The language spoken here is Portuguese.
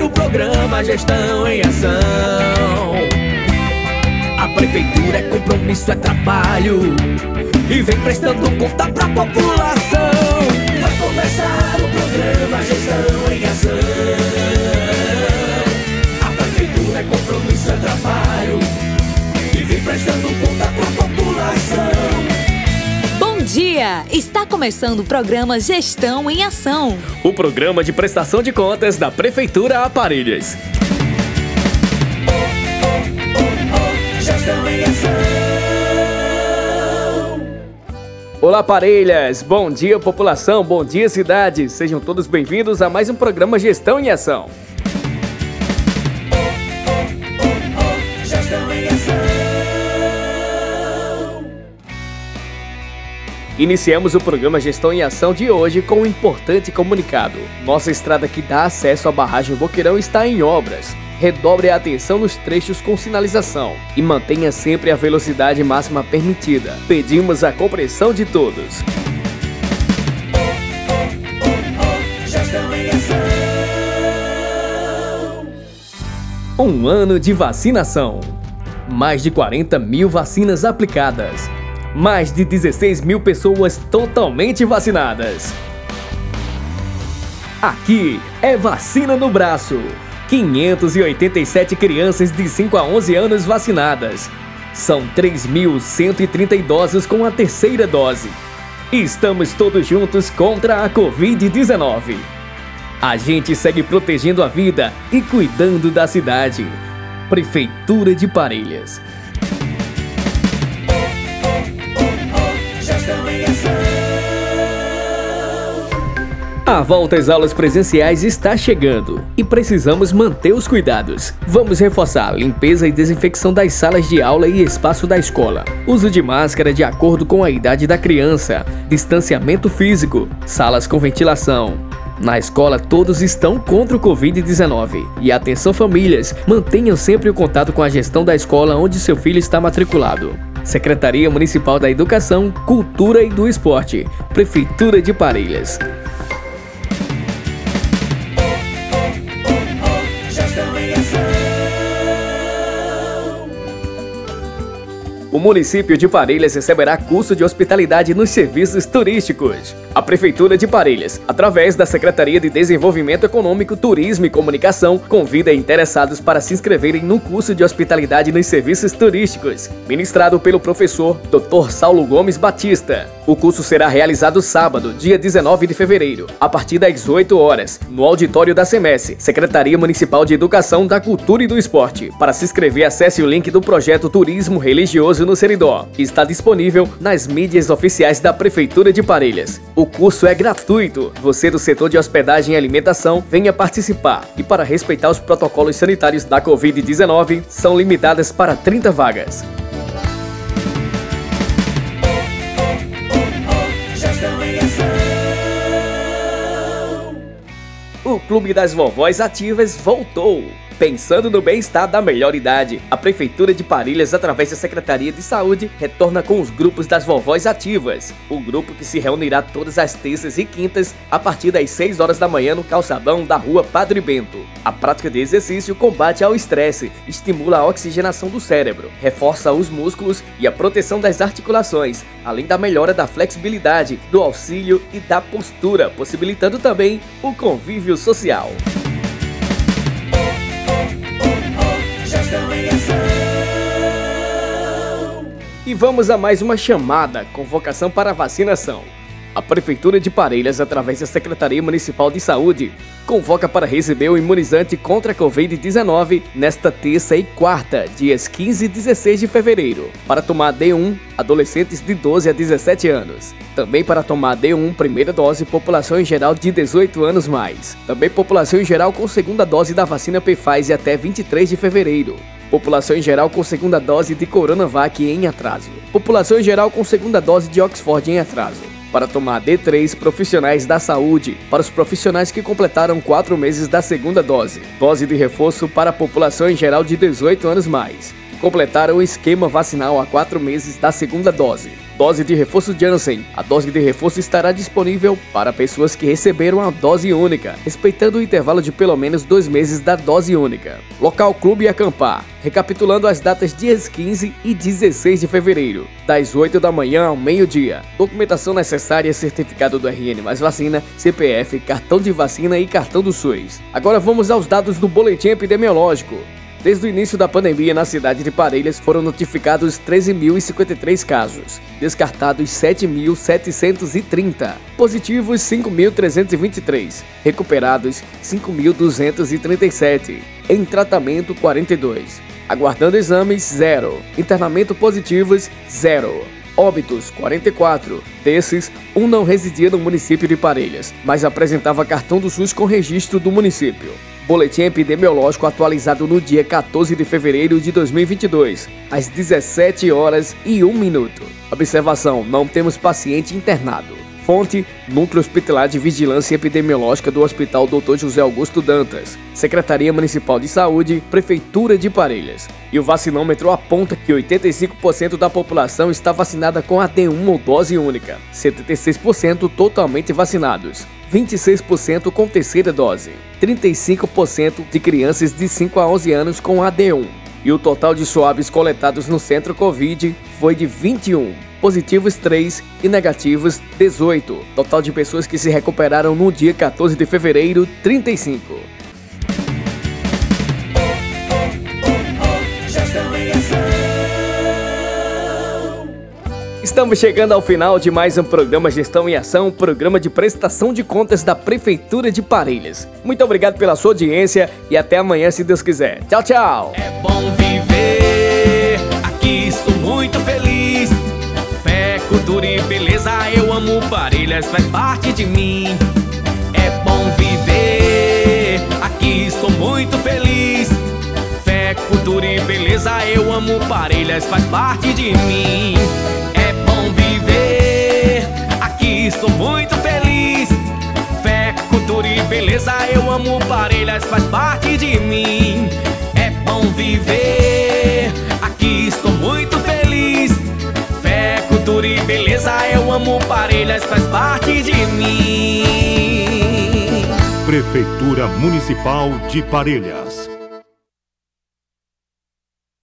o programa Gestão em Ação. A prefeitura é compromisso, é trabalho e vem prestando conta pra população. Vai começar o programa Gestão em Ação. A prefeitura é compromisso, é trabalho e vem prestando conta pra população. Bom dia! Está começando o programa Gestão em Ação. O programa de prestação de contas da Prefeitura Aparelhas. Gestão em Ação. Olá, Parelhas! Bom dia, população! Bom dia, cidade! Sejam todos bem-vindos a mais um programa Gestão em Ação. Gestão em Ação. Iniciamos o programa Gestão em Ação de hoje com um importante comunicado. Nossa estrada que dá acesso à barragem Boqueirão está em obras. Redobre a atenção nos trechos com sinalização e mantenha sempre a velocidade máxima permitida. Pedimos a compreensão de todos. Gestão em Ação. Um ano de vacinação. Mais de 40 mil vacinas aplicadas. Mais de 16 mil pessoas totalmente vacinadas. Aqui é vacina no braço. 587 crianças de 5 a 11 anos vacinadas. São 3.130 idosos com a terceira dose. Estamos todos juntos contra a Covid-19. A gente segue protegendo a vida e cuidando da cidade. Prefeitura de Parelhas. Gestão em Ação. A volta às aulas presenciais está chegando e precisamos manter os cuidados. Vamos reforçar a limpeza e desinfecção das salas de aula e espaço da escola. Uso de máscara de acordo com a idade da criança. Distanciamento físico. Salas com ventilação. Na escola, todos estão contra o Covid-19. E atenção, famílias, mantenham sempre o contato com a gestão da escola onde seu filho está matriculado. Secretaria Municipal da Educação, Cultura e do Esporte. Prefeitura de Parelhas. Gestão em Ação. O município de Parelhas receberá curso de hospitalidade nos serviços turísticos. A Prefeitura de Parelhas, através da Secretaria de Desenvolvimento Econômico, Turismo e Comunicação, convida interessados para se inscreverem no curso de hospitalidade nos serviços turísticos, ministrado pelo professor Dr. Saulo Gomes Batista. O curso será realizado sábado, dia 19 de fevereiro, a partir das 8 horas, no auditório da SEMES, Secretaria Municipal de Educação, da Cultura e do Esporte. Para se inscrever, acesse o link do projeto Turismo Religioso no Seridó. Está disponível nas mídias oficiais da Prefeitura de Parelhas. O curso é gratuito. Você do setor de hospedagem e alimentação, venha participar. E para respeitar os protocolos sanitários da Covid-19, são limitadas para 30 vagas. Gestão em Ação. O Clube das Vovós Ativas voltou. Pensando no bem-estar da melhor idade, a Prefeitura de Parelhas, através da Secretaria de Saúde, retorna com os grupos das Vovós Ativas. O grupo que se reunirá todas as terças e quintas, a partir das 6 horas da manhã no calçadão da Rua Padre Bento. A prática de exercício combate ao estresse, estimula a oxigenação do cérebro, reforça os músculos e a proteção das articulações, além da melhora da flexibilidade, do auxílio e da postura, possibilitando também o convívio social. Gestão em Ação. E vamos a mais uma chamada, convocação para a vacinação. A Prefeitura de Parelhas, através da Secretaria Municipal de Saúde, convoca para receber o imunizante contra a Covid-19 nesta terça e quarta, dias 15 e 16 de fevereiro, para tomar D1, adolescentes de 12 a 17 anos. Também para tomar D1, primeira dose, população em geral de 18 anos mais. Também população em geral com segunda dose da vacina Pfizer até 23 de fevereiro. População em geral com segunda dose de Coronavac em atraso. População em geral com segunda dose de Oxford em atraso. Para tomar D3, profissionais da saúde, para os profissionais que completaram 4 meses da segunda dose. Dose de reforço para a população em geral de 18 anos mais, que completaram o esquema vacinal há 4 meses da segunda dose. Dose de reforço Janssen. A dose de reforço estará disponível para pessoas que receberam a dose única, respeitando o intervalo de pelo menos 2 meses da dose única. Local Clube Acampar. Recapitulando as datas dias 15 e 16 de fevereiro, das 8 da manhã ao meio-dia. Documentação necessária: certificado do RN mais vacina, CPF, cartão de vacina e cartão do SUS. Agora vamos aos dados do boletim epidemiológico. Desde o início da pandemia na cidade de Parelhas foram notificados 13.053 casos, descartados 7.730, positivos 5.323, recuperados 5.237, em tratamento 42, aguardando exames 0, internamento positivos 0. Óbitos 44, desses, um não residia no município de Parelhas, mas apresentava cartão do SUS com registro do município. Boletim epidemiológico atualizado no dia 14 de fevereiro de 2022, às 17h01. Observação: não temos paciente internado. Fonte: Núcleo Hospitalar de Vigilância Epidemiológica do Hospital Dr. José Augusto Dantas, Secretaria Municipal de Saúde, Prefeitura de Parelhas. E o vacinômetro aponta que 85% da população está vacinada com a D1 ou dose única, 76% totalmente vacinados, 26% com terceira dose, 35% de crianças de 5 a 11 anos com a D1. E o total de swabs coletados no centro Covid foi de 21, positivos 3 e negativos 18. Total de pessoas que se recuperaram no dia 14 de fevereiro, 35. Estamos chegando ao final de mais um programa Gestão em Ação, programa de prestação de contas da Prefeitura de Parelhas. Muito obrigado pela sua audiência e até amanhã, se Deus quiser. Tchau, tchau! É bom viver, aqui sou muito feliz. Fé, cultura e beleza, eu amo Parelhas, faz parte de mim. É bom viver, aqui sou muito feliz. Fé, cultura e beleza, eu amo Parelhas, faz parte de mim. Sou muito feliz. Fé, cultura e beleza, eu amo Parelhas, faz parte de mim. É bom viver, aqui sou muito feliz. Fé, cultura e beleza, eu amo Parelhas, faz parte de mim. Prefeitura Municipal de Parelhas.